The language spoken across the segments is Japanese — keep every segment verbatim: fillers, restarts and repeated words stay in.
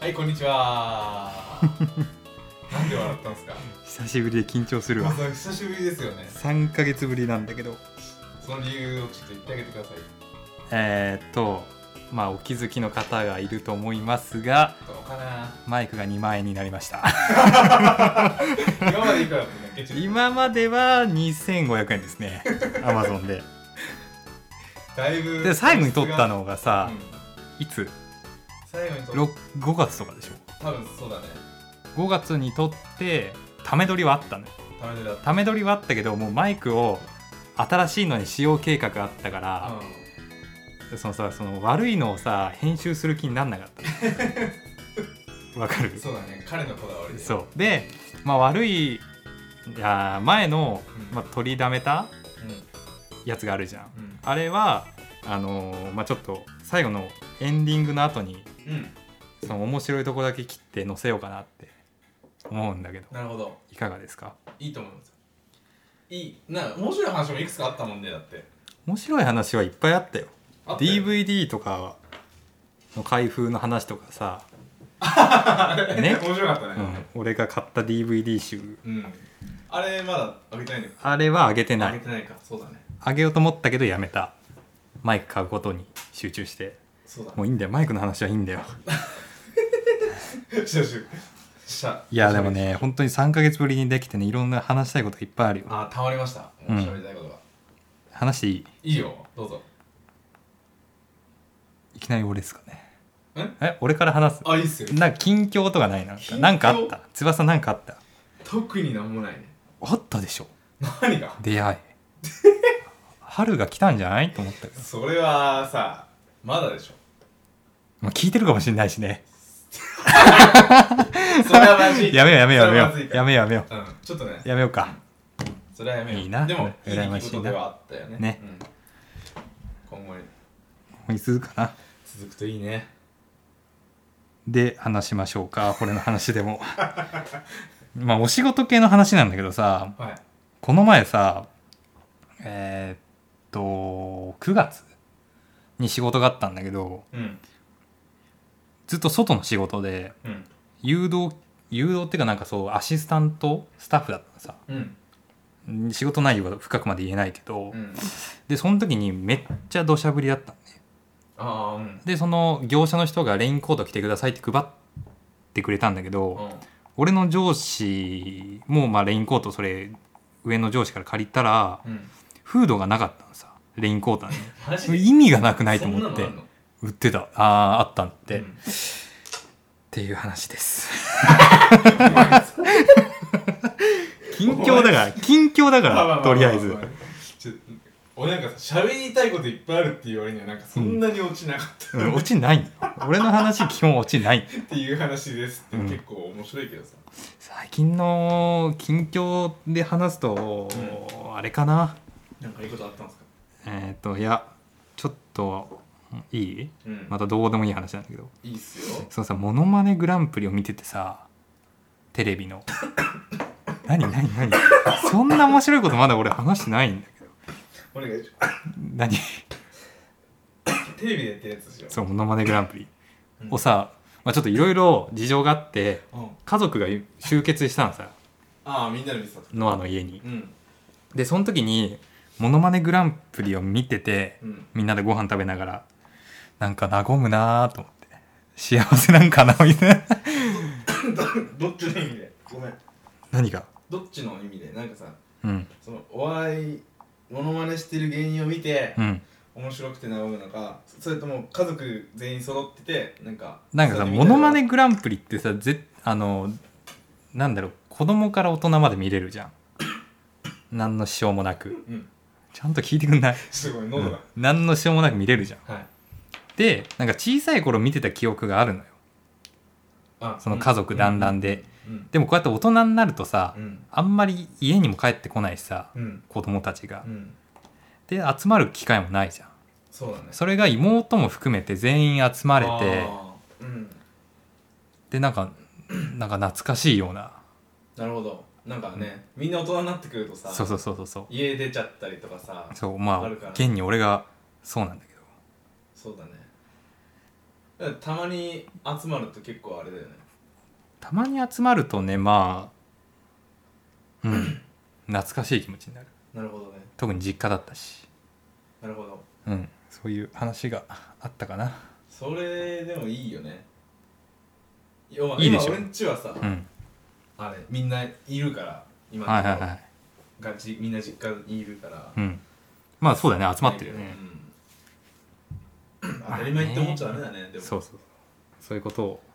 はいこんにちはなんで笑ったんですか？ 久しぶりで緊張するわ。 久しぶりですよね。 さんかげつぶりなんだけど、 その理由をちょっと言ってあげてください。 えーっとまあお気づきの方がいると思いますが、 どうかな。 マイクがにまんえんになりました今までいくらだったっけ？ 今まではにせんごひゃくえんですねアマゾンで。 だいぶで最後に撮ったのがさ、 うん、 いつ最後に撮っごがつとかでしょ。 多分そうだね。 ごがつに撮ってため撮りはあったのよ。 ためでだった。 ため撮りはあったけど、もうマイクを新しいのに使用計画があったから、うん、そのさその悪いのをさ編集する気になんなかったわかる？ そうだね、彼のこだわりで。 そうで、まあ、悪いいや前の、 うんまあ、取りだめたやつがあるじゃん、うん、あれはあのーまあ、ちょっと最後のエンディングの後に、うん、その面白いとこだけ切って載せようかなって思うんだけど。 なるほど。 いかがですか？ いいと思います。いいな、面白い話もいくつかあったもんね。だって面白い話はいっぱいあったよ。 あったよ。 ディーブイディー とかの開封の話とかさね、面白かったね、 うん、俺が買った ディーブイディー 集、 うん、あれまだあげてないのか。 あれはあげてない。 あげてないか。そうだね。 あげようと思ったけどやめた。マイク買うことに集中して。 そうだね、 もういいんだよ、マイクの話はいいんだよいやでもね、本当にさんかげつぶりにできてね、いろんな話したいこといっぱいあるよ。 あ、たまりました。もう喋りたいことが、うん、 話していい？ いいよ、どうぞ。 いきなり俺ですかね。え俺から話す？ あ、いいっすよ。 なんか近況とかない？なんかなんかあった？翼なんかあった？ 特になんもないね。 あったでしょ。 何が？ 出会い春が来たんじゃないと思ったけど。 それはさ、まだでしょ。 まあ、聞いてるかもしれないしねそれはマジやめようやめようやめようやめようやめよう、 うん、ちょっとねやめようか。 それはやめよう。 いいな。 でもいい羨ましいな。 ことではあったよね。 ね、 うん、今後に今後に続くかな。 続くといいね。 で話しましょうか、これの話でもまあお仕事系の話なんだけどさ、はい、この前さえー、っとくがつに仕事があったんだけど、うん、ずっと外の仕事で、うん、誘導誘導っていうかなんかそうアシスタントスタッフだったのさ、うん、仕事内容は深くまで言えないけど、うん、でその時にめっちゃ土砂降りだったのね。あ、うん、でその業者の人がレインコート着てくださいって配ってくれたんだけど、うん、俺の上司もまあレインコートそれ上の上司から借りたら、うん、フードがなかったのさ、レインコートはね意味がなくないと思って売ってた。あああったんって、うん、っていう話です近況だから近況だからとりあえず俺なんかさ、喋りたいこといっぱいあるっていう割にはなんかそんなに落ちなかった、 うん、落ちない俺の話基本落ちないっていう話ですって、結構面白いけどさ、うん、 最近の近況で話すと、うん、あれかな。 なんかいいことあったんですか？ えっといやちょっといい、うん、またどうでもいい話なんだけど。 いいっすよ。 そのさモノマネグランプリを見ててさ、テレビの何何何そんな面白いことまだ俺話してないんだけど。 お願いします。 何テレビでやってるやつですよ。 そうモノマネグランプリをさ、まあ、ちょっといろいろ事情があって、うん、家族が集結したのさ、 ああみんなで見てたノアの家に、うん、でその時にモノマネグランプリを見てて、うん、みんなでご飯食べながらなんか和むなと思って、幸せなんかなみたいなど, どっちの意味でごめん何がどっちの意味でなんかさ、 うん、 そのお笑いモノマネしてる芸人を見て、うん、面白くて和むのか、それとも家族全員揃っててなんかなんかさモノマネグランプリってさぜあのなんだろう子供から大人まで見れるじゃん何の支障もなく、うん、ちゃんと聞いてくんない？ すごい喉が、 うん、何の支障もなく見れるじゃん、はい、でなんか小さい頃見てた記憶があるのよ、あその家族団らんで、うんうんうん、でもこうやって大人になるとさ、うん、あんまり家にも帰ってこないしさ、うん、子供たちが、うん、で集まる機会もないじゃん。 そうだね。 それが妹も含めて全員集まれて、うん、でなんかなんか懐かしいような。 なるほど。なんかね、みんな大人になってくるとさ、 そうそうそうそう家出ちゃったりとかさ、 そうまあ現に俺がそうなんだけど。 そうだね。 たまに集まると結構あれだよね。 たまに集まるとね、まあうん懐かしい気持ちになる。 なるほどね。 特に実家だったし。 なるほど。 うん、そういう話があったかな。 それでもいいよね。今いいでしょ。 今俺んちはさ、うん、あれみんないるから今の、はいはいはい、がちみんな実家にいるから、 うん、まあそうだね、集まってるよね、 うん、当たり前って思っちゃダメだね。でもそうそうそういうことを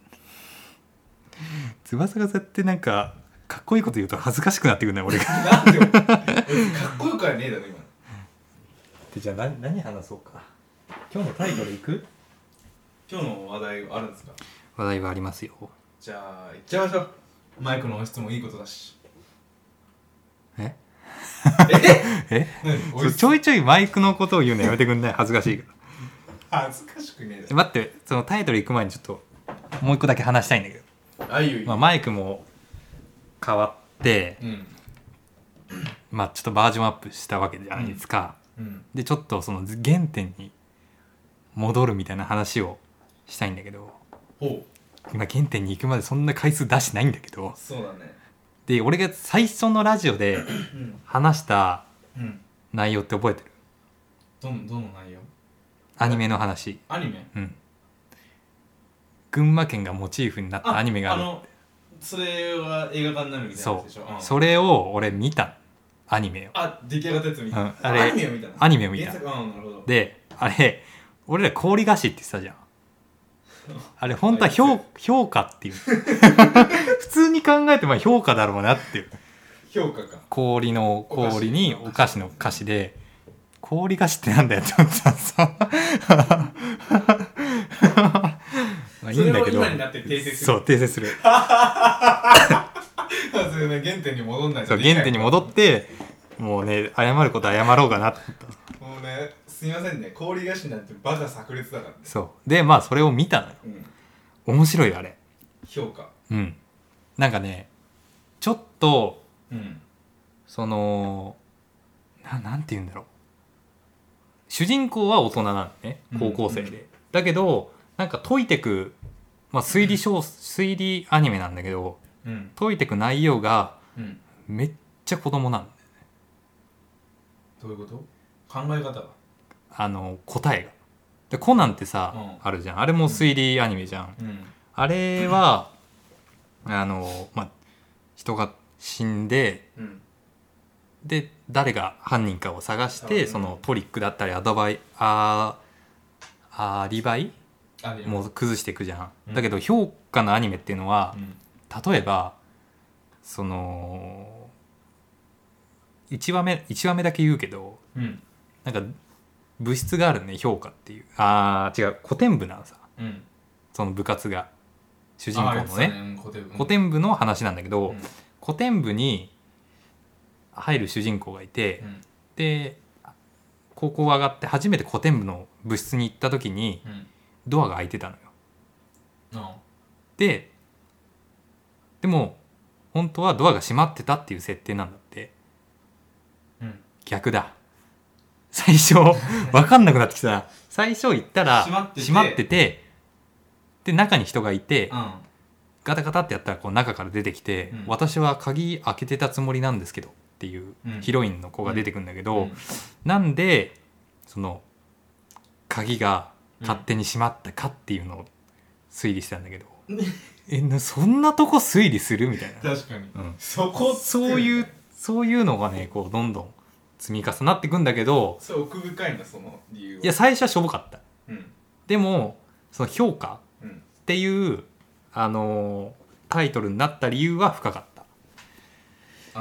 翼がそうやってなんかかっこいいこと言うと恥ずかしくなってくるね俺がなんでかっこよくはねえだろ今で。じゃあ 何, 何話そうか。今日のタイトルいく？ 今日の話題はあるんですか？ 話題はありますよ。 じゃあいっちゃいましょう。マイクの音質もいいことだし。 えええちょいちょいマイクのことを言うのやめてくんない？恥ずかしいから。恥ずかしくねえだろ。 待って、そのタイトル行く前にちょっともう一個だけ話したいんだけど。 あ、いいよいいよ。 まあ、マイクも変わって、うん、まあちょっとバージョンアップしたわけじゃないですか、うんうん、でちょっとその原点に戻るみたいな話をしたいんだけど、 ほう、 今原点に行くまでそんな回数出してないんだけど。 そうだね。 で俺が最初のラジオで話した内容って覚えてる？ どのどの内容？ アニメの話。 アニメ？ うん。群馬県がモチーフになったアニメがある。 あのそれは映画化になるみたいなやつでしょ。 そう、うん、それを俺見たアニメを。 あ、出来上がったやつ見た、うん、 あれアニメを見たの？ アニメを見た。 原作、あ、なるほど。 であれ俺ら氷菓子って言ってたじゃんあれ本当は 評, 評価っていう普通に考えてまあ評価だろうなっていう。 評価か。 氷の氷にお菓子の菓子で氷菓子ってなんだよって思ってたさまあいいんだけど、 それを今になって訂正する。 そう訂正するそれね、原点に戻んないと。 そう原点に戻ってもうね謝ること謝ろうかなって思った。もうね、すみませんね、氷菓子なんてバカ炸裂だからね。 そうでまあそれを見たのよ、うん、面白いあれ。 評価。 うんなんかねちょっと、 うん、その な, なんて言うんだろう、主人公は大人なのね、高校生で、うんうん、だけどなんか解いてく、まあ、推理小推理アニメなんだけど、うん、解いてく内容がめっちゃ子供なんだよね。 どういうこと？考え方があの答えがでコナンってさ、うん、あるじゃん、あれも推理アニメじゃん、うん、あれは、うん、あのまあ人が死んで、うん、で誰が犯人かを探して、うん、そのトリックだったりアドバイあアリバイもう崩していくじゃん、うん、だけど評価のアニメっていうのは、うん、例えばそのいちわめいちわめだけ言うけど、うん、なんか部室があるね、評価っていう、あー違う古典部なのさ、うん、その部活が主人公のね、ね、古典部、古典部の話なんだけど、うん、古典部に入る主人公がいて、うん、で高校上がって初めて古典部の部室に行った時に、うん、ドアが開いてたのよ、うん、ででも本当はドアが閉まってたっていう設定なんだって、うん、逆だ。最初分かんなくなってきた。最初行ったら閉まってて、閉まっててで中に人がいて、うん、ガタガタってやったらこう中から出てきて、うん、私は鍵開けてたつもりなんですけどっていうヒロインの子が出てくるんだけど、うんうん、なんでその鍵が勝手に閉まったかっていうのを推理してたんだけど、うん、えそんなとこ推理するみたいな。 確かに、 うん、そこそういうそういうのがねこうどんどん積み重なっていくんだけど、 そう奥深いんだその理由は。 いや最初はしょぼかった、うん、でもその評価っていう、うん、あのタイトルになった理由は深かった。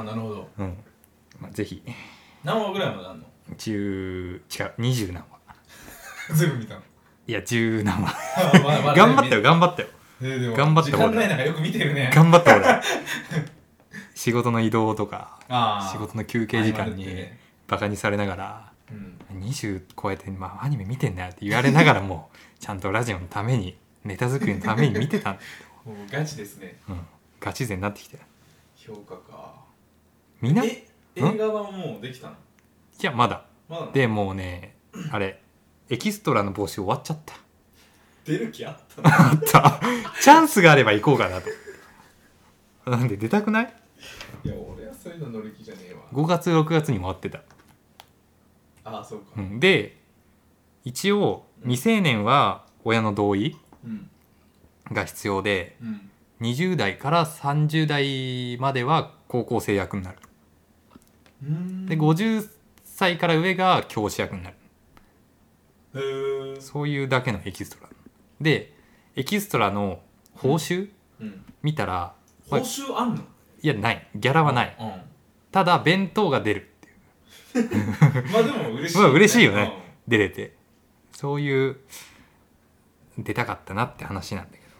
あ、なるほど、 うんまあ、ぜひ。 何話ぐらいまであんの？ じゅう違うにじゅう何話全部見たの？いやじゅう何話頑張ったよ頑張ったよ、 えー、でも頑張った時間ない中よく見てるね。 頑張った俺仕事の移動とか仕事の休憩時間にバカにされながら、うん、にじゅう超えて、まあ、アニメ見てんだよって言われながらもちゃんとラジオのためにネタ作りのために見てたんだもうガチですね、 うん、ガチ勢になってきて。 評価か。 みんなえ映画はもうできたの？ いやまだ、 まだでもうねあれエキストラの募集終わっちゃった。 出る気あったの？ あったチャンスがあれば行こうかなと。なんで出たくない？ いや俺はそういうの乗り気じゃねえわ。 ごがつろくがつに回ってた。 ああそうか、 うん、で一応未成年は親の同意が必要で、うん、にじゅう代からさんじゅう代までは高校生役になる。うーんでごじゅっさいから上が教師役になる。へーそういうだけのエキストラで、エキストラの報酬、うんうん、見たら報酬あんの？ いやないギャラはない、うんうん、ただ弁当が出るっていうまあでも嬉しい、 ね、まあ嬉しいよね、うん、出れて。そういう出たかったなって話なんだけど。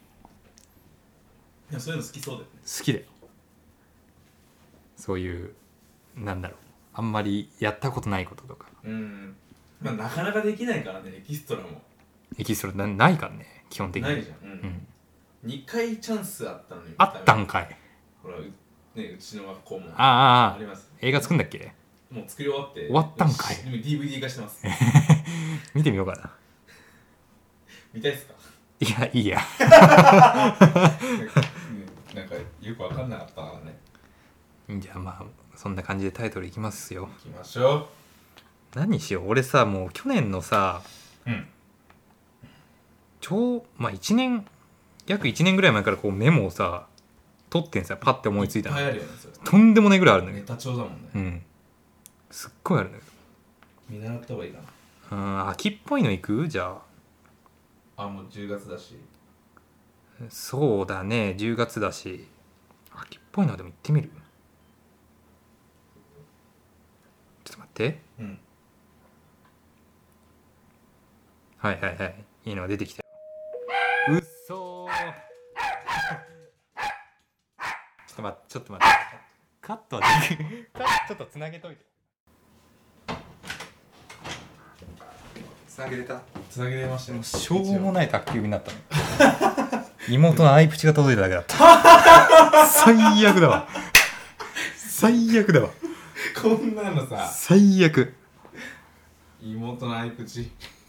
いやそういうの好きそうだよね。 好きだよ。そういうなんだろう、あんまりやったことないこととか。 うん、まあなかなかできないからね、エキストラも。 エキストラ な, ないからね基本的に。 ないじゃん、うんうん、にかいチャンスあったのに。 あったんかい。 ほら、ね、うちの学校もあああります。 映画作るんだっけ？ もう作り終わって終わったんかい。 でも ディーブイディー 化してます見てみようかな。 見たいっすか？ いやいいやなんかよく分かんなかったからね。 じゃあまあそんな感じでタイトルいきますよ。 いきましょう。 何しよう。俺さもう去年のさ、 うん、 超まあいちねん約いちねんぐらい前からこうメモをさ取ってんさ、パッて思いついたの。 いっぱいあるよねそれ。 とんでもないぐらいあるんだけど。 ネタ帳だもんね。 うんすっごいあるんだけど。 見習った方がいいかな。 うん秋っぽいのいく？じゃああもうじゅうがつだし。 そうだねじゅうがつだし秋っぽいのでも行ってみる。ちょっと待って、うん、はいはいはいいいのが出てきたよ。うっそーちょっと待ってちょっと待ってカットはできるちょっとつなげといて。つなげれた？ つなげれましたよ。 しょうもない宅急便になったの妹のアイプチが届いただけだった最悪だわ最悪だわこんなのさ最悪。 妹のアイプチ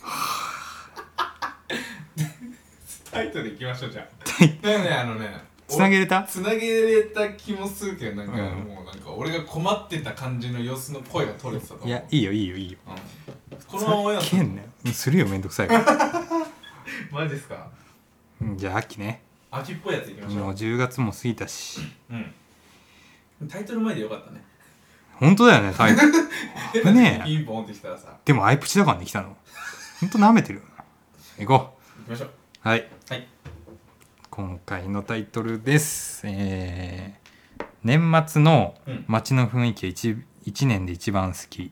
タイトルいきましょうじゃあ。だよねあのねつなげれた？ つなげれた気もするけどなんか、うん、もうなんか俺が困ってた感じの様子の声が取れてたと思う。 いやいいよいいよいいよ、 うん、このままやけんねするよめんどくさいからマジですか？ じゃあ秋ね。 秋っぽいやついきましょう。 もうじゅうがつも過ぎたし、 うん、タイトル前でよかったね。 本当だよねタイトルねピンポンってきたらさ。 でもアイプチだからね来たの本当舐めてるよな。行こう。 行きましょう。 はい、 はい、 今回のタイトルです、えー、年末の街の雰囲気 1, 1年で一番好き。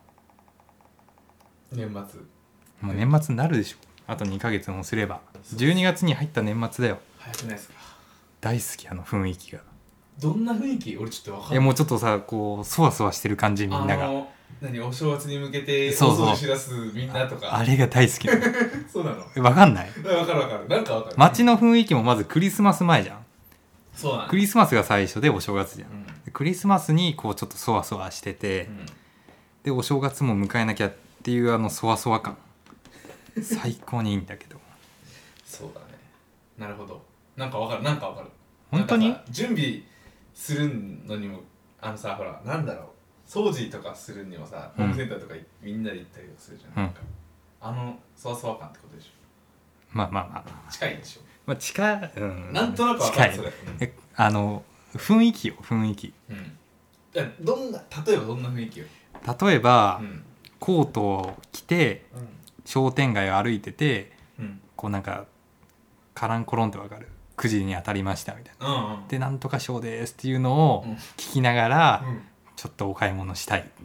年末もう年末になるでしょ。あとにかげつもすればじゅうにがつに入った年末だよ。 早くないですか？ 大好きあの雰囲気が。 どんな雰囲気？俺ちょっと分かんない。 いやもうちょっとさこうそわそわしてる感じみんなが。 何お正月に向けてお掃除しだすみんなとか。 あ, あれが大好きなのそうなの？ 分かんない？ 分かる分かるなんか分かる。 街の雰囲気もまずクリスマス前じゃん。 そうなの。 クリスマスが最初でお正月じゃん、うん、クリスマスにこうちょっとそわそわしてて、うん、でお正月も迎えなきゃっていうあのそわそわ感最高にいいんだけどそうだね。なるほど。なんか分かるなんか分かる。 本当に準備するのにもあのさほらなんだろう掃除とかするにもさホームセンターとか、うん、みんなで行ったりとかするじゃん、うん、なんかあのそわそわ感ってことでしょ。 まあまあまあ近いでしょ。 まあ近い、うん、 なんとなく分かるそれ、うん、 えあの雰囲気よ雰囲気、 うん、どんな例えばどんな雰囲気よ。 例えば、うん、コートを着て、うん、商店街を歩いてて、うん、こうなんかカランコロンって分かるくじに当たりましたみたいな、うんうん、でなんとか賞ですっていうのを聞きながら、うん、ちょっとお買い物したい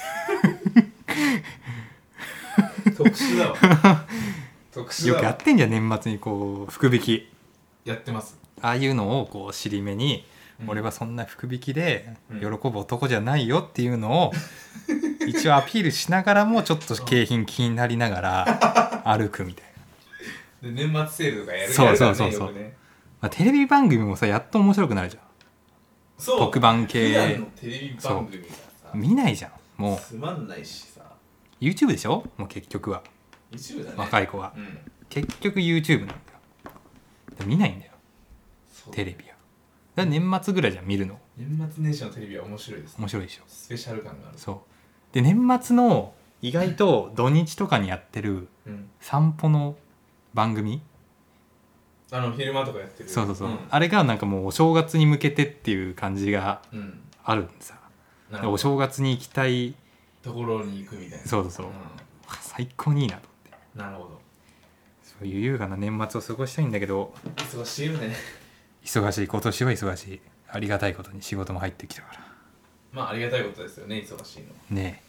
特殊だわ特殊だわ。 よくやってんじゃん年末にこう福引きやってます。 ああいうのをこう尻目に、うん、俺はそんな福引きで喜ぶ男じゃないよっていうのを、うん、一応アピールしながらもちょっと景品気になりながら歩くみたいなで年末セールとかやるそうそうそうそう、ねまあ、テレビ番組もさやっと面白くなるじゃん。 そう特番系普段のテレビ番組がさ見ないじゃんもう。 つまんないしさ YouTube でしょもう結局は YouTube だね若い子は、 うん、 テ結局 YouTube なんだよ。見ないんだよテレビは。だから年末ぐらいじゃん見るの。 年末年始のテレビは面白いです、ね、 面白いでしょ。 スペシャル感がある。 そうで年末の意外と土日とかにやってる散歩の番組、 あの昼間とかやってる。 そうそうそう、 うん、 あれがなんかもうお正月に向けてっていう感じがあるんでさ、うん、お正月に行きたいところに行くみたいな。 そうそうそう、うん、最高にいいなと思って。 なるほど。 そういう優雅な年末を過ごしたいんだけど忙しいよね。 忙しい、今年は忙しい。ありがたいことに仕事も入ってきたから。 まあありがたいことですよね、忙しいのね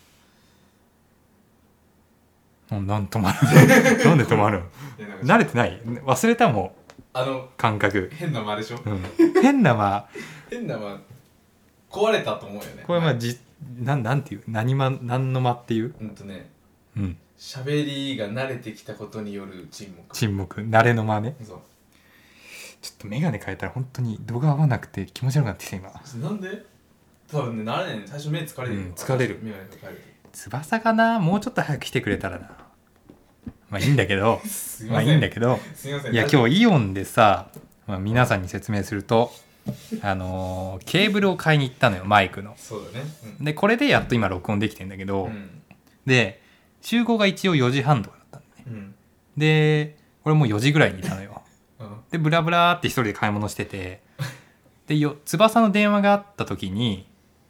え。なん止まるなんで止まるの慣れてない、忘れたもんあの感覚。 変な間でしょ、 うん、変な間変な間壊れたと思うよね。 これまあじな ん, なんていう何間何の間っていううんとねうん喋りが慣れてきたことによる沈黙。 沈黙、慣れの間ね。 そうちょっと眼鏡変えたら本当に度が合わなくて気持ち悪くなってきた今。 なんで？多分ね慣れないね。最初目疲れるよ、うん、 疲れる。 眼鏡変えると翼かな、もうちょっと早く来てくれたらな。まあいいんだけどすいません、 まあいいんだけどすいません。 いや今日イオンでさ、まあ、皆さんに説明するとあのー、ケーブルを買いに行ったのよ、マイクの。 そうだね、うん、 でこれでやっと今録音できてんだけど、 うん、で集合が一応よじはんとかだったんだね、うん、で俺もうよじぐらいにいたのよ、うん、でブラブラーって一人で買い物しててでよ翼の電話があった時に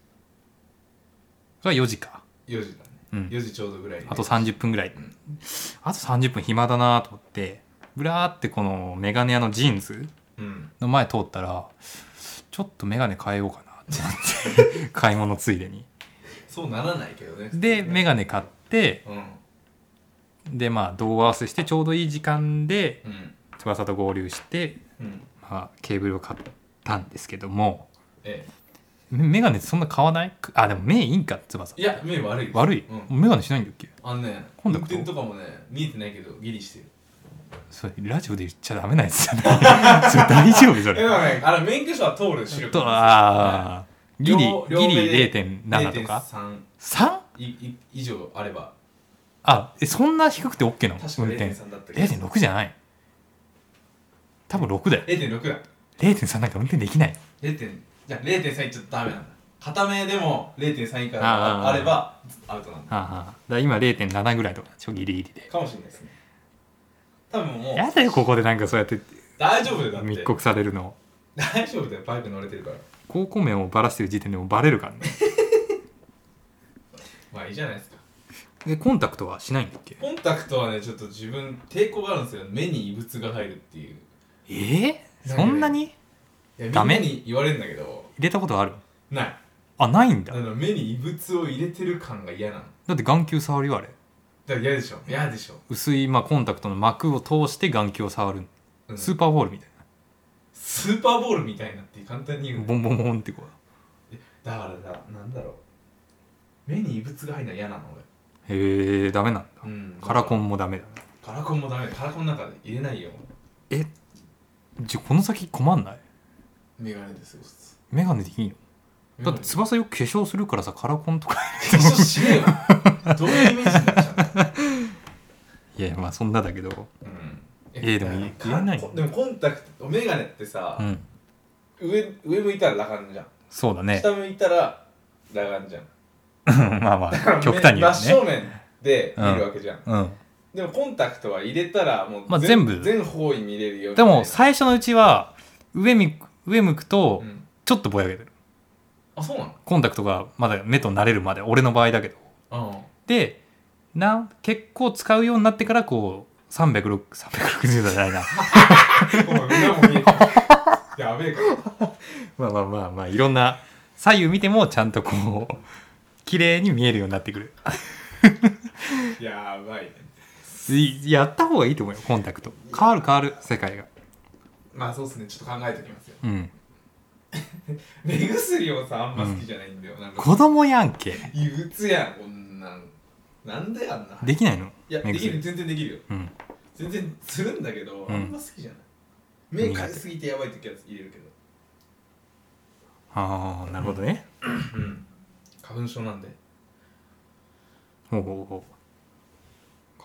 がよじかよじだね、うん、よじちょうどぐらい、ね、 あとさんじゅっぷんぐらい、うん、あとさんじゅっぷん暇だなと思ってブラーってこのメガネ屋のジーンズの前通ったら、ちょっとメガネ変えようかなって思って買い物ついでにそうならないけどね。 でメガネ買って、うん、でまあ胴合わせしてちょうどいい時間で、うん、翼と合流して、うんまあ、ケーブルを買ったんですけども、ええ、メガネそんな買わない？あでも目いいんか翼。 いや目悪い悪い、うん、メガネしないんだっけ？ あのね運転とかもね見えてないけどギリしてる。 それラジオで言っちゃダメなやつじゃないそれ大丈夫それ？ でもねあの免許証は通る視力とああギリギリ れいてんなな とか さん? い以上あれば。 あえそんな低くて OK なの？ 確か れいてんさん だったけどれいてんろく じゃない多分ろくだよ。 れいてんろく だ。 れいてんさん なんか運転できない。 れいてんじゃあ れいてんさん いっちゃダメなんだ。片目でも れいてんさん 以下あればアウトなんだ。 ああだから今 れいてんなな ぐらいとかちょギリギリでかもしれないですね。多分もうやだよここでなんかそうやって大丈夫だよだって密告されるの。 大丈夫だよバイク乗れてるから。 高校名をバラしてる時点でもバレるからねまあいいじゃないですか。 でコンタクトはしないんだっけ？ コンタクトはねちょっと自分抵抗があるんですよ。目に異物が入るっていう。 えー、そんなに？ いやダメに言われるんだけど入れたことある？ ない。 あないんだ。 だから目に異物を入れてる感が嫌なの。 だって眼球触るよあれ。 だから嫌でしょ嫌でしょ。 薄い、まあ、コンタクトの膜を通して眼球を触る、うん、スーパーボールみたいな。 スーパーボールみたいなって簡単に言うボンボンボンってこう。だからだなんだろう目に異物が入るのは嫌なの俺。へえダメなんだ、うん、カラコンもダメだね。 カラコンもダメ。カラコンの中で入れないよ。 えじゃこの先困んない？ メガネで過ごす。 メガネでいいの？だって翼よく化粧するからさカラコンとか化粧しねえよどういうイメージになっちゃうの？ いやまあそんなだけど、うん、えー、でも言えない。 でもコンタクトメガネってさ、うん、上, 上向いたら裸眼じゃん。 そうだね。 下向いたら裸眼じゃんまあまあ極端に言うね。 真正面で見るわけじゃん、うんうん、でもコンタクトは入れたらもう、 まあ、全部全方位見れるよ。 でも最初のうちは上向く、上向くとちょっとぼやけてる、 うん、あそうなの？ コンタクトがまだ目と慣れるまで俺の場合だけど、うん、でな結構使うようになってからこうさんびゃくろくじゅうどじゃないなお前裏も見えてるやべえかまあまあまあまあいろんな左右見てもちゃんとこう綺麗に見えるようになってくるやばいね。 やった方がいいと思うよコンタクト。変わる変わる世界が。 まあそうっすねちょっと考えておきますよ。 うん目薬をさあんま好きじゃないんだよ、うん、なんか子供やんけ。 異物やんこんなん。なんであんなできないの？ いやできる全然できるよ、うん、全然するんだけど、うん、あんま好きじゃない。目かゆすぎてやばい時は入れるけど。 ああなるほどね、 うん、花粉症なんで。 ほうほうほう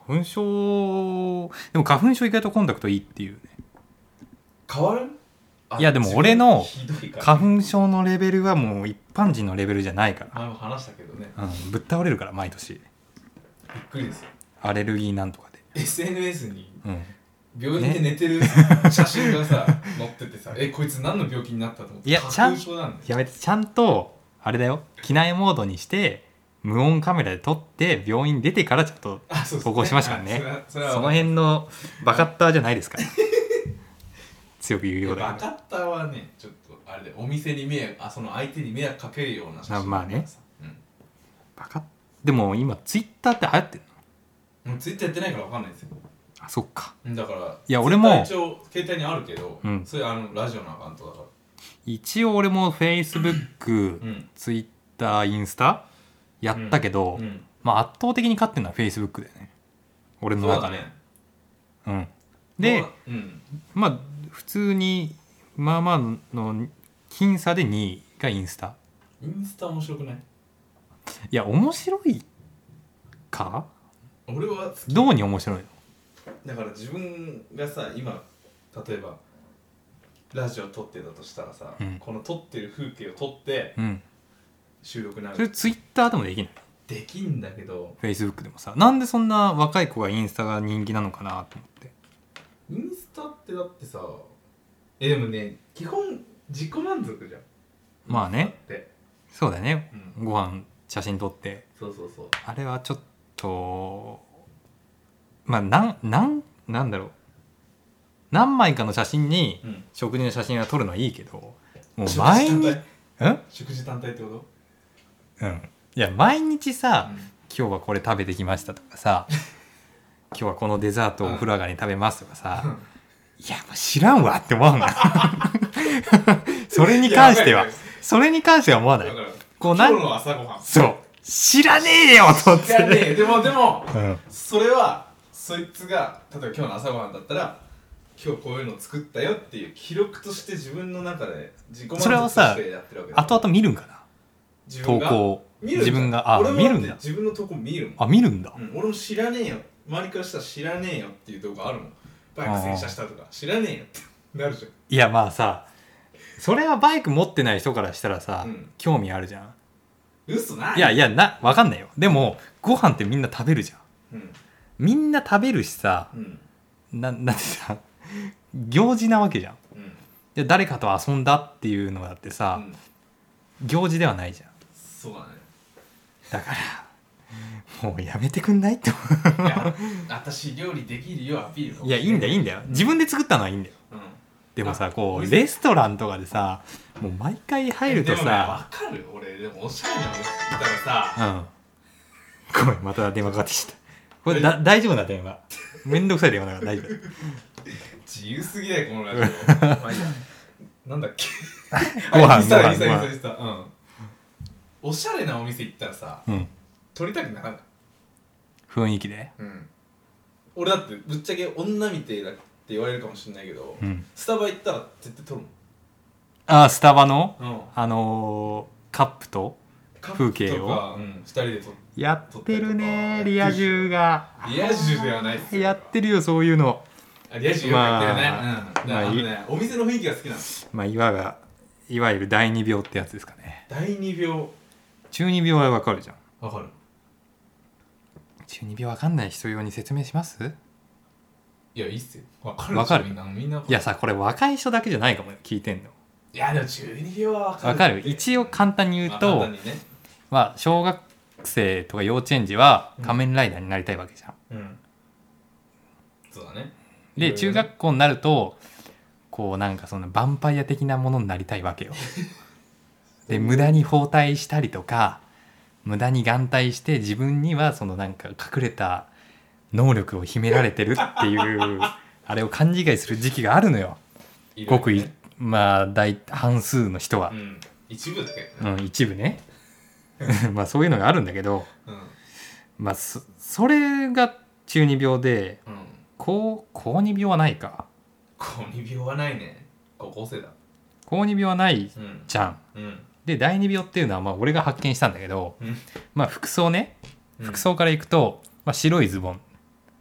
花粉症でも花粉症意外とコンタクトいいっていうね。 変わる？ いやでも俺の花粉症のレベルはもう一般人のレベルじゃないから。 あの話したけどね、 うん、ぶっ倒れるから毎年。 びっくりですよ。 アレルギーなんとかでエスエヌエス にうん病院で寝てる写真がさ、ね、載っててさえこいつ何の病気になったと思って。 いやちゃんやめてちゃんとあれだよ、機内モードにして無音カメラで撮って病院出てからちょっと投稿しましたからね。そ, そ, その辺のバカッターじゃないですから強く言うようだけど。バカッターはねちょっとあれでお店に迷惑あその相手に迷惑かけるような写真。 あまあね、うん、バカでも今ツイッターって流行ってるの？もうツイッターやってないから分かんないですよ。 あそっか。 だからいや俺も一応携帯にあるけど、うん、それあのラジオのアカウントだから。 一応俺も Facebook、うん、Twitter、インスタやったけど、うんうん、まあ圧倒的に勝ってるのは Facebook だよね俺の中で。う、ね、うんで、うん、まあ普通にまあまあの僅差でにいがインスタ。 インスタ面白くない？ いや面白いか？ 俺は好き。 どうに面白いの？ だから自分がさ今例えばラジオ撮ってたとしたらさ、うん、この撮ってる風景を撮って収録になる、 うん、それツイッターでもできない？ できんだけど Facebook でもさ、なんでそんな若い子がインスタが人気なのかなと思って。 インスタってだってさえでもね基本自己満足じゃん。 まあねそうだよね、うん、ご飯写真撮ってそうそうそうあれはちょっとまあなんなんなんだろう何枚かの写真に食事の写真は撮るのはいいけど、もう毎日ん食事単体ってこと？うんいや毎日さ、うん、今日はこれ食べてきましたとかさ今日はこのデザートをお風呂上がりに食べますとかさ、うん、いやもう知らんわって思わないそれに関してはそれに関しては思わない。 こう今日の朝ごはんそう知らねえよと思って。 知らねえでもでも、うん、それはそいつが例えば今日の朝ごはんだったら今日こういうの作ったよっていう記録として自分の中で自己満足としてやってるわけだ。 後々見るんかな自分が投稿見る自分があ俺も見るんだ。 自分の投稿見るもん。 あ見るんだ、 うん、俺も知らねえよ周りからしたら知らねえよっていう動画あるもん。バイク洗車したとか知らねえよってなるじゃん。 いやまあさそれはバイク持ってない人からしたらさ、うん、興味あるじゃん。 嘘ない。 いやいやな分かんないよ。でもご飯ってみんな食べるじゃん、うん、みんな食べるしさ、うん、な, なんてさ行事なわけじゃん、うん、で誰かと遊んだっていうのだってさ、うん、行事ではないじゃん。 そうだね。 だからもうやめてくんないっていや私料理できるよアピールかもしれない。 いやいいんだよいいんだよ自分で作ったのはいいんだよ、うん、でもさこうレストランとかでさもう毎回入るとさ、 でもね分かる。俺でもおしゃれなの言ったらさ、 うん、ごめんまた電話かかってきた。これだ大丈夫な電話めんどくさい電話だから大丈夫自由すぎないこのラジオまあいいやなんだっけご飯ご飯ご飯うんおしゃれなお店行ったらさ、うん、撮りたくならない雰囲気で、 うん、俺だってぶっちゃけ女みてえだって言われるかもしれないけど、うん、スタバ行ったら絶対撮るもん。 ああスタバの、 うん、 あのー、カップと風景をか、うん、ふたりで撮やってるねリア充が。 リア充ではないっすよ。 やってるよそういうの。 リア充よくやってるね、まあうんまああのね、お店の雰囲気が好きなんです。 まあいわがいわゆるだいに病ってやつですかね。 だいに病中二病はわかるじゃん。 わかる。 中二病わかんない人用に説明します？ いやいいっすよ。わかるわかる。 みんなみんなかる。 いやさこれ若い人だけじゃないかもよ聞いてんの。 いやでも中二病はわかる。 わかる。一応簡単に言うと、 まあね、 まあ小学生とか幼稚園児は仮面ライダーになりたいわけじゃん。うん。うん、 そうだね。 で中学校になるとこうなんかそのヴァンパイア的なものになりたいわけよ。で無駄に包帯したりとか無駄に眼帯して自分にはそのなんか隠れた能力を秘められてるっていうあれを勘違いする時期があるのよ。ごくいまあ大半数の人は、うん、 一部だけどね、うん、一部ねまあそういうのがあるんだけど、うん、まあ そ, それが中二病で、うん、高高二病はないか。 高二病はないね。高校生だ。 高二病はないじゃん、うんうん、でだいに病っていうのはまあ俺が発見したんだけど、うん、まあ服装ね服装からいくと、まあ、白いズボン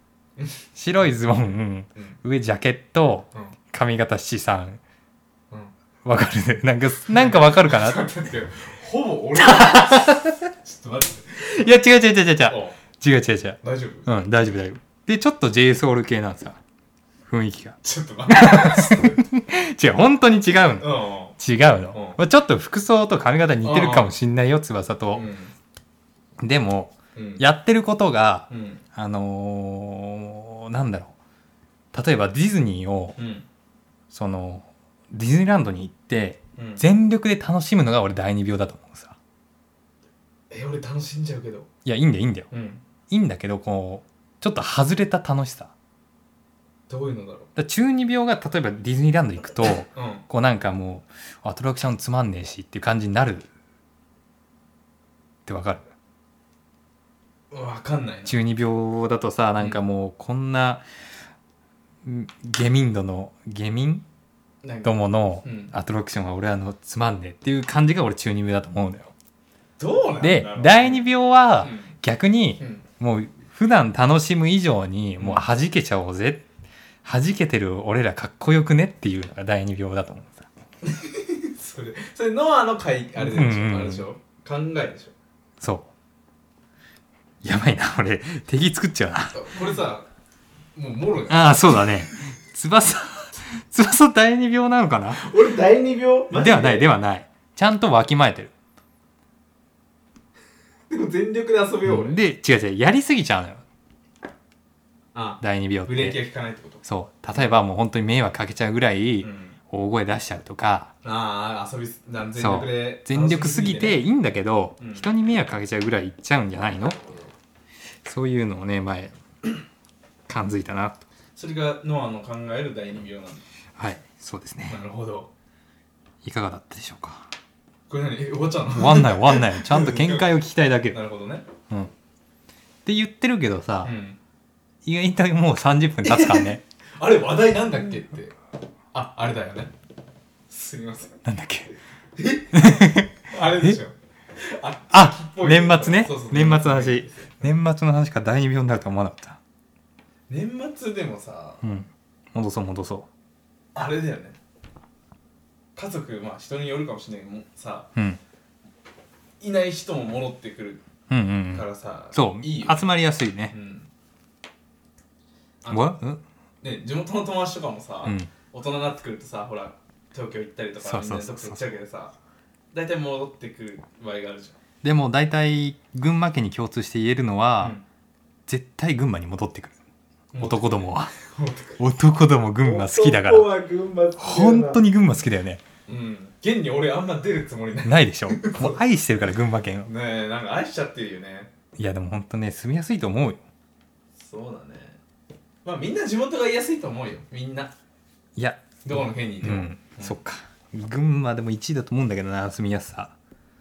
白いズボン、 うん上ジャケット、 うん髪型七三。 うんわかるなんかなんかわかるかなちょっと待ってほぼ俺ちょっと待っていや違う違う違う違う違うお違う違う違う大丈夫うん大丈夫大丈夫でちょっと J ソウル系なんさ雰囲気がちょっと待って違う本当に違うのうん違うの、 うんまあ、ちょっと服装と髪型似てるかもしんないよ翼と、 うんでもうんやってることがうんあのー、なんだろう例えばディズニーをうんそのディズニーランドに行ってうん全力で楽しむのが俺だいに病だと思うさえ俺楽しんじゃうけどいやいいんだよいいんだようんいいんだけどこうちょっと外れた楽しさどういうのだろだから中二病が例えばディズニーランド行くとううんこうなんかもうアトラクションつまんねえしっていう感じになるってわかるわかんないな中二病だとさなんかもうこんな、んゲミンドのゲミンなんかどものうんアトラクションは俺あのつまんねえっていう感じが俺中二病だと思うんだよどうなんだろうでだいに病はうん逆にうんもう普段楽しむ以上にもう弾けちゃおうぜ弾けてる俺らかっこよくねっていうのがだいに病だと思うさそれそれノアの会あれでしょ、 うんうんあれでしょ考えでしょそうやばいな俺敵作っちゃうなこれさもうもろやああそうだね翼翼だいに病なのかな俺だいに病マジではないではないちゃんとわきまえてるでも全力で遊べよう俺で違う違うやりすぎちゃうのよあだいに病ってブレーキが効かないってことそう例えばもう本当に迷惑かけちゃうぐらいうん大声出しちゃうとか、 ああ遊びすなん全そう力で全力すぎて楽しみいいんだけど、 うん人に迷惑かけちゃうぐらいいっちゃうんじゃないのすぎてねそういうのをね前感づいたなとそれがノアの考えるだいに病なんだはいそうですねなるほどいかがだったでしょうかこれ何え終わっちゃうの終わんない終わんないちゃんと見解を聞きたいだけなるほどねうんって言ってるけどさ、 うん意外ともうさんじゅっぷん経つからねあれ話題なんだっけってああれだよねすみませんなんだっけあれでしょああ秋っぽい年末ねそうそう年末の話年末の話からだいに病になるとは思わなかった年末でもさうん戻そう戻そあれだよね家族まあ人によるかもしれないけどもさううんいない人も戻ってくるうんうんうんからさ、 そういいよ、 集まりやすいねうんあのわうんね、地元の友達とかもさ、 うん大人になってくるとさほら東京行ったりとそかみんなうそうそうそうでどっか行っちゃうけどさ大体戻ってくる場合があるじでも大体群馬県に共通して言えるのゃは、 ん、 絶対群馬に戻ってくるうん男どもは戻ってくる男ども群馬好きだから男は群馬好きだな本当に群馬好きだよねうん現に俺あんま出るつもりないないでしょもう愛してるから群馬県をねえなんか愛しちゃってるよねいやでも本当ね住みやすいと思うよそうだねまあみんな地元が言いやすいと思うよみんないやどこの県にいても、 うん、そっか群馬でもいちいだと思うんだけどな住みやすさ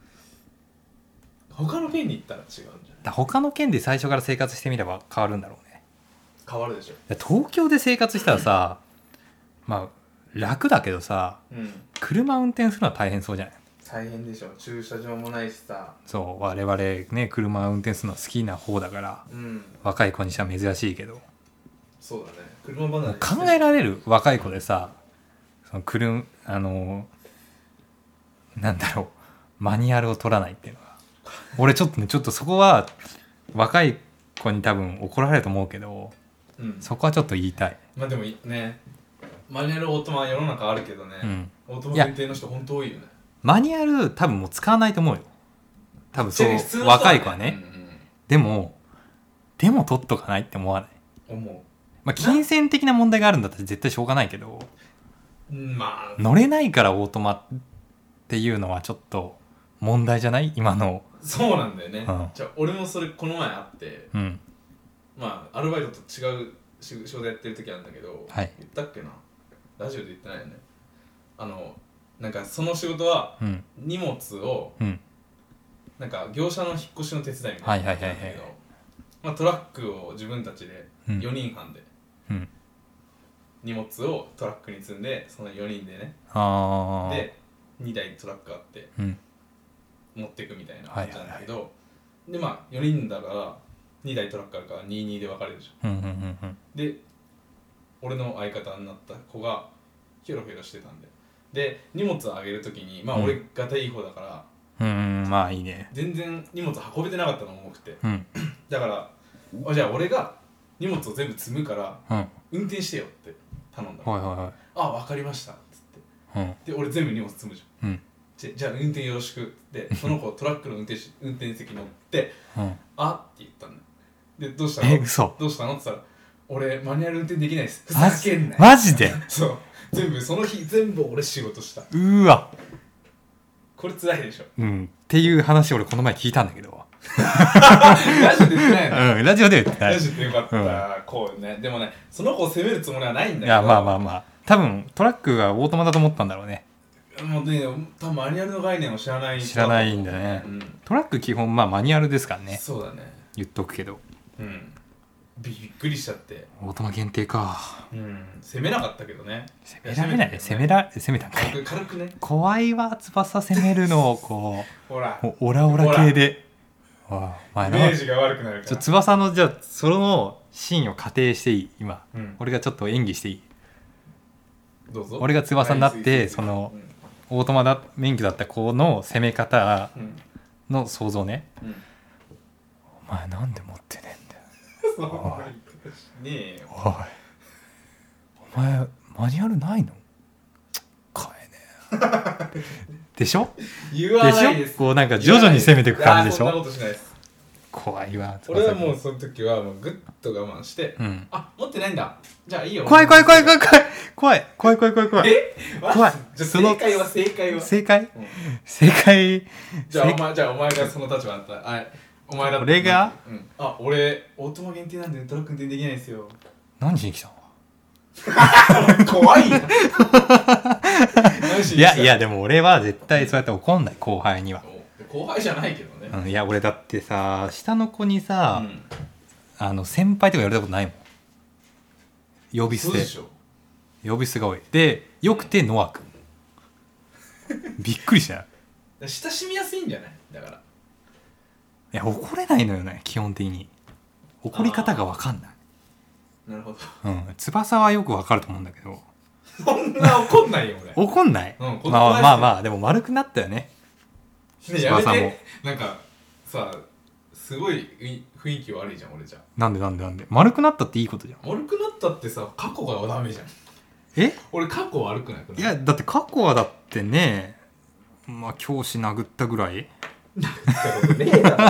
他の県に行ったら違うんじゃないだ他の県で最初から生活してみれば変わるんだろうね変わるでしょだ東京で生活したらさまあ楽だけどさうん車運転するのは大変そうじゃない大変でしょ駐車場もないしさそう我々ね車運転するの好きな方だからうん若い子にしては珍しいけどそうだね車離れ考えられる若い子でさその車あのなんだろうマニュアルを取らないっていうのは俺ちょっとねちょっとそこは若い子に多分怒られると思うけどうんそこはちょっと言いたい、 まあでもねマニュアルオートマは世の中あるけどね、 うん、 オートマ限定の人本当多いよねマニュアル多分もう使わないと思うよ多分そう普通の人若い子はね、 うんうんでもでも取っとかないって思わない、 思まあ、金銭的な問題があるんだったら絶対しょうがないけどううんまあ乗れないからオートマっていうのはちょっと問題じゃない今のそうなんだよね、 うんじゃあ俺もそれこの前あってうんまあアルバイトと違う仕事やってる時あるんだけど、 はい言ったっけなラジオで言ってないよねあのなんかその仕事はうん荷物をうんなんか業者の引っ越しの手伝いみたいなはいはいはいはいなんだけどまあトラックを自分たちでうんよにんはんでうん荷物をトラックに積んでそのよにんでねああでにだいトラックあってうん持っていくみたいな感じなんだけど、でまあよにんだからにだいトラックあるからにじゅうにで分かれるじゃん、うんうんうんうん、 で俺の相方になった子がヒョロヒョロしてたんでで荷物をあげるときにまあ俺がたいい方だから、 うん、うん、まあいいね。 全然荷物運べてなかったの重くて、 うん、 だからじゃあ俺が荷物を全部積むから、うん、運転してよって頼んだ。 はいはいはい。 あ、分かりましたっつって、うん、で俺全部荷物積むじゃん、うん、じ, じゃあ運転よろしくってその子トラックの運転し運転席乗って、うん、あって言ったんだ。でどうしたの？ え、嘘？ どうしたのって言ったら俺マニュアル運転できないです。ふざけんなマジで？ そう全部その日全部俺仕事した。 うわこれ辛いでしょ。 うんっていう話俺この前聞いたんだけどラジオで言ってないの？ うんラジオで言ってない。 ラジオでよかった、うん、こうね。でもねその子を責めるつもりはないんだけど。いやまあまあまあ多分トラックがオートマだと思ったんだろうね。 もうね多分マニュアルの概念を知らない知らないんだね、うん、トラック基本まあマニュアルですからね。 そうだね言っとくけど、 うん、びっくりしちゃって。 オートマ限定か。 うん攻めなかったけどね。 攻められない、ね、攻めら攻めたんかい。 軽くね。 怖いわ翼攻めるのこうほらオラオラ系であお前イメージが悪くなるから。 ちょ翼のじゃあそのシーンを仮定していい今、うん、俺がちょっと演技していい？ どうぞ。 俺が翼になってその、うん、オートマだ免許だった子の攻め方の想像ね、うん、お前なんで持ってねえんだよおいねえよおいお前マニュアルないの？買えねえでしょ？ 言わないです。 こうなんか徐々に攻めていく感じでしょ？ そんなことしないです。 怖いわ。 俺はもうその時はもうグッと我慢して、うん、あ持ってないんだじゃあいいよ。 怖い怖い怖い怖い怖い怖い怖い怖い怖い怖いえ怖い。 じゃあ正解は正解は正解、うん、正解じゃあお前じゃあお前がその立場だったらあお前だったら俺が、 うん、あ俺オートマ限定なんでトラック運転できないんですよ。 何しに来たの？ 怖いな。 いやいやでも俺は絶対そうやって怒んない後輩には。 後輩じゃないけどね、 うん、いや俺だってさ下の子にさ、うん、あの先輩とか言われたことないもん。呼び捨て。呼び捨てが多いでよくてノア君びっくりしたよ。 親しみやすいんじゃない？だからいや怒れないのよね基本的に。怒り方が分かんない。 なるほど。 うん、翼はよく分かると思うんだけど。 そんな怒んないよ俺。 怒んない、うん、まあまあまあでも丸くなったよね。 ねやめて。なんかさすごい雰囲気悪いじゃん俺じゃ。 なんでなんでなんで丸くなったっていいことじゃん。 丸くなったってさ過去がダメじゃん。 え俺過去悪くない？ いやだって過去はだってねまあ教師殴ったぐらい殴ったことねえだろ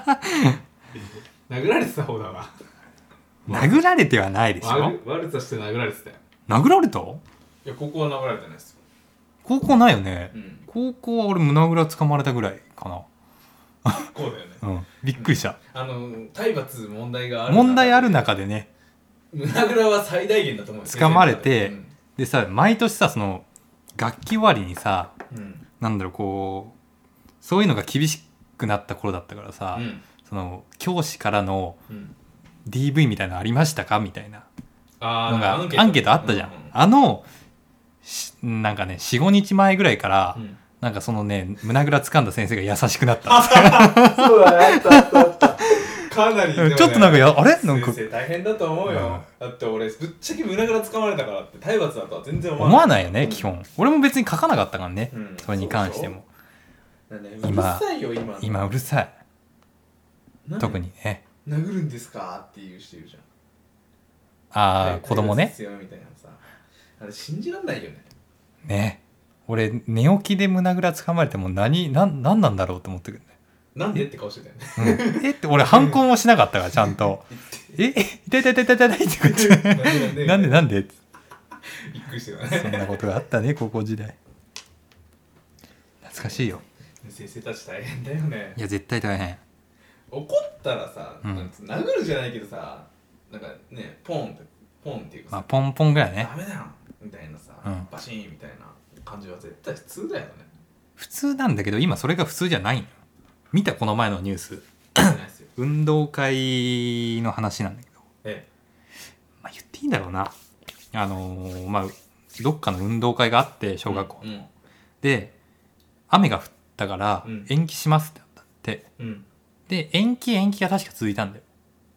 殴られてた方だわ。 殴られてはないでしょ。 悪, 悪さして殴られてたよ。 殴られた？いや高校は殴られてないですよ。 高校ないよね、 うん、 高校は俺胸ぐらつかまれたぐらいかな。 こうだよね、 うん、びっくりした。 あの体罰問題がある問題ある中でね胸ぐらは最大限だと思う。 つかまれて、うん、でさ毎年さその学期終わりにさ、うん、なんだろうこうそういうのが厳しくなった頃だったからさ、うん、その教師からの、うん、ディーブイ みたいなのありましたかみたいなのがアンケートあったじゃん、うんうん、あのなんかね よん,ご 日前ぐらいから、うん、なんかそのね胸ぐら掴んだ先生が優しくなったそうだねあったあったあったかなり、ね、 ちょっとなんかやあれなんか先生大変だと思うよ、うん、だって俺ぶっちゃけ胸ぐら掴まれたからって体罰だとは全然思わない思わないよね、うん、基本俺も別に書かなかったからね、うん、それに関してもそうそう、今うるさいよ今今うるさい特にね殴るんですかっていう人いるじゃん。 ああ子供ねみたいなさあれ信じらんないよね。 ね俺寝起きで胸ぐらつかまれても何なんなんなんだろうと思ってくるね。 なんでって顔してたよね、 うん、えって俺反抗もしなかったからちゃんとえ痛い痛い痛い痛い痛いって言ってなんでなんでびっくりしてたね。 そんなことがあったね高校時代。懐かしいよ。 先生たち大変だよね。 いや絶対大変。 怒ったらさ、うん、殴るじゃないけどさなんかねポンってポンっていうかさ、 まあ、ポンポンぐらいねダメだよみたいなさ、うん、バシーンみたいな感じは絶対普通だよね。 普通なんだけど今それが普通じゃないの。見たこの前のニュース運動会の話なんだけど、ええまあ、言っていいんだろうなあのー、まあどっかの運動会があって小学校、うんうん、で雨が降ったから延期しますってなったって、うん、で延期延期が確か続いたんだよ。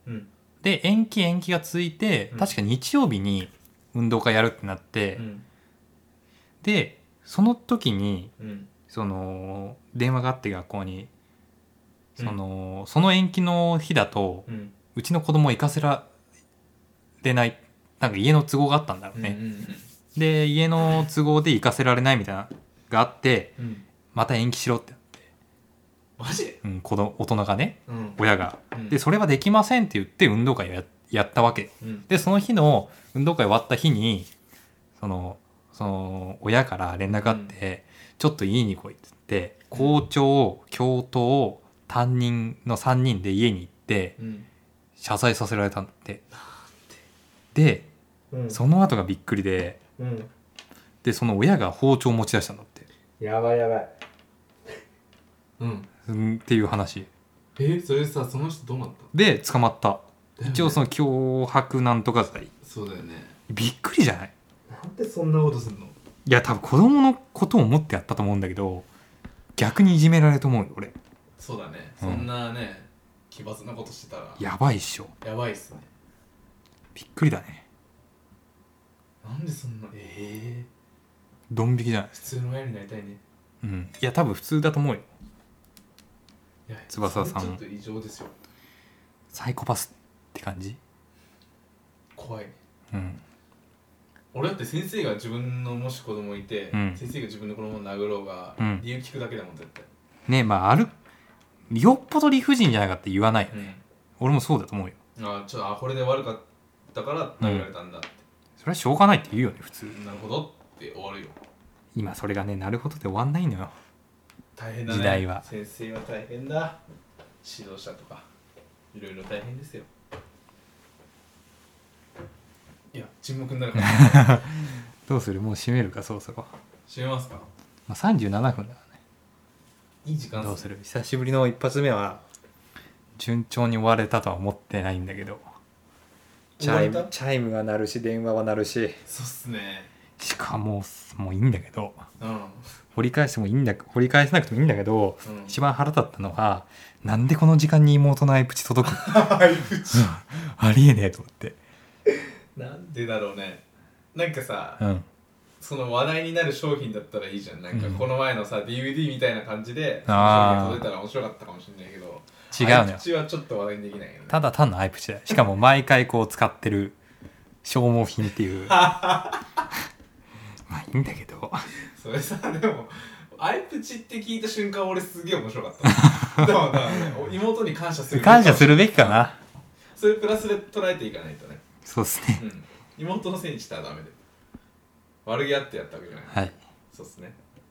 うん、 で延期延期が続いて、うん、確か日曜日に運動会やるってなって、うん、でその時に、うん、その電話があって学校にその、うん、その延期の日だと、うん、うちの子供行かせられないなんか家の都合があったんだろうね、うんうんうん、で家の都合で行かせられないみたいなのがあって、うん、また延期しろってなってマジで、 うん、子供大人がね、うん、親が、うん、でそれはできませんって言って運動会を や, やったわけ、うん、でその日の運動会終わった日にそのその親から連絡あって、うん、ちょっと家に来いって言って校長教頭担任のさんにんで家に行って、うん、謝罪させられたんだって。で、うん、その後がびっくりで、うん、でその親が包丁を持ち出したんだって。 やばいやばい。 うん。っていう話。 えそれさその人どうなった？ で捕まった。ね、一応その脅迫なんとか罪。 そうだよね。 びっくりじゃない？ なんでそんなことすんの？ いや多分子供のことを思ってやったと思うんだけど、逆にいじめられると思うよ俺。 そうだね、うん、そんなね奇抜なことしてたらやばいっしょ。 やばいっすね。 びっくりだね。 なんでそんなええー、 ドン引きじゃない。 普通の親になりたいね。 うん。いや多分普通だと思うよ。 いや翼さんちょっと異常ですよ。 サイコパスって感じ。 怖いね。 うん。 俺だって先生が自分のもし子供いて、うん、先生が自分の子供を殴ろうが、うん、理由聞くだけだもん絶対。 ねえまああるよっぽど理不尽じゃないかって言わないよね、うん、俺もそうだと思うよ。 あちょっとあこれで悪かったから殴られたんだって、うん、 それはしょうがないって言うよね普通。 なるほどって終わるよ。 今それがねなるほどで終わんないのよ。 大変だね時代は。先生は大変だ。指導者とかいろいろ大変ですよ。いや沈黙になるからどうするもう閉めるかそろそろ。 閉めますか。 まあ、さんじゅうななふんだからね。 いい時間っすね。 どうする久しぶりの一発目は順調に終われたとは思ってないんだけどチャイム、チャイムが鳴るし電話は鳴るしそうっすね。 しかももういいんだけど、 うん、 掘り返してもいいんだ掘り返さなくてもいいんだけど、うん、一番腹立ったのはなんでこの時間に妹のアイプチ届くのアイプチありえねえと思ってなんでだろうね。なんかさ、 うん、 その話題になる商品だったらいいじゃん。なんかこの前のさ、うん、ディーブイディー みたいな感じでその商品届いたら面白かったかもしれないけど違うのよ。 アイプチはちょっと話題にできないよね。 ただ単のアイプチだよ。しかも毎回こう使ってる消耗品っていうまあいいんだけどそれさでもアイプチって聞いた瞬間俺すげえ面白かったでもだから、ね、妹に感謝する感謝するべきかな。 それプラスで捉えていかないとね。 そうですね、 うん、妹のせいにしたらダメで悪気あってやったわけじゃない。 はいそうですね。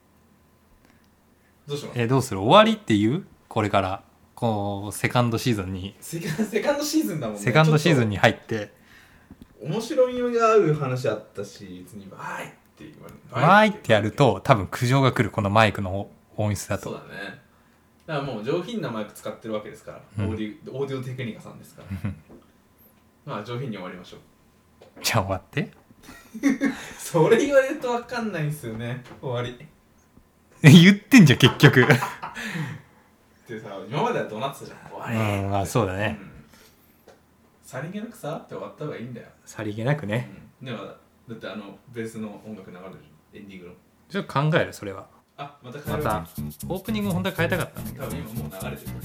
どうします？ えどうする終わりっていうこれからこうセカンドシーズンにセカンドシーズンだもんね。 セカンドシーズンに入って面白みがある話あったし別にバーイって言われるバーイってやると多分苦情が来るこのマイクの音質だと。 そうだね。だからもう上品なマイク使ってるわけですから、うん、オーディオーディオテクニカさんですからまあ上品に終わりましょう。 じゃあ終わってそれ言われると分かんないんですよね。終わり言ってんじゃん結局ってさ今まではどうなってたじゃん終わり。 うんあそうだね、うん、 さりげなくさって終わった方がいいんだよ。 さりげなくね、 うん、でもだってあのベースの音楽流れるじゃんエンディングの。 ちょっと考えるそれは。 あまた変えるまたオープニング本当は変えたかったんだけど多分今もう流れてる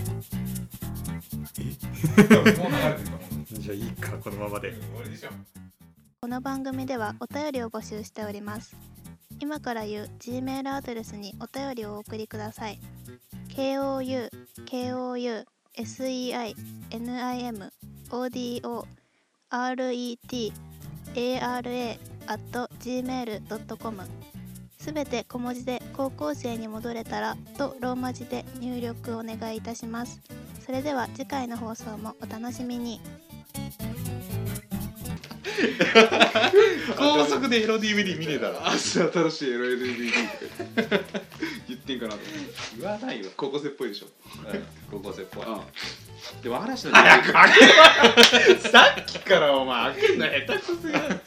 え多分もう流れてると思うじゃあいいかこのままで、うん、終わりでしょ。 この番組ではお便りを募集しております。今から言う Gmail アドレスにお便りをお送りください。 ケーオーユー ケーオーユー エスイーアイ エヌアイエム オーディーオー アールイーティー エーアールエー アット ジーメール ドットコム すべて小文字で高校生に戻れたらとローマ字で入力お願いいたします。それでは次回の放送もお楽しみに。 高速でエロ ディーブイディー 見ねえだろ。明日新しいエロ ディーブイディー 言ってんかなと言わないよ。高校生っぽいでしょ、うん、高校生っぽい、うん、でも嵐の早く開けろさっきからお前開けんの下手くそすぎる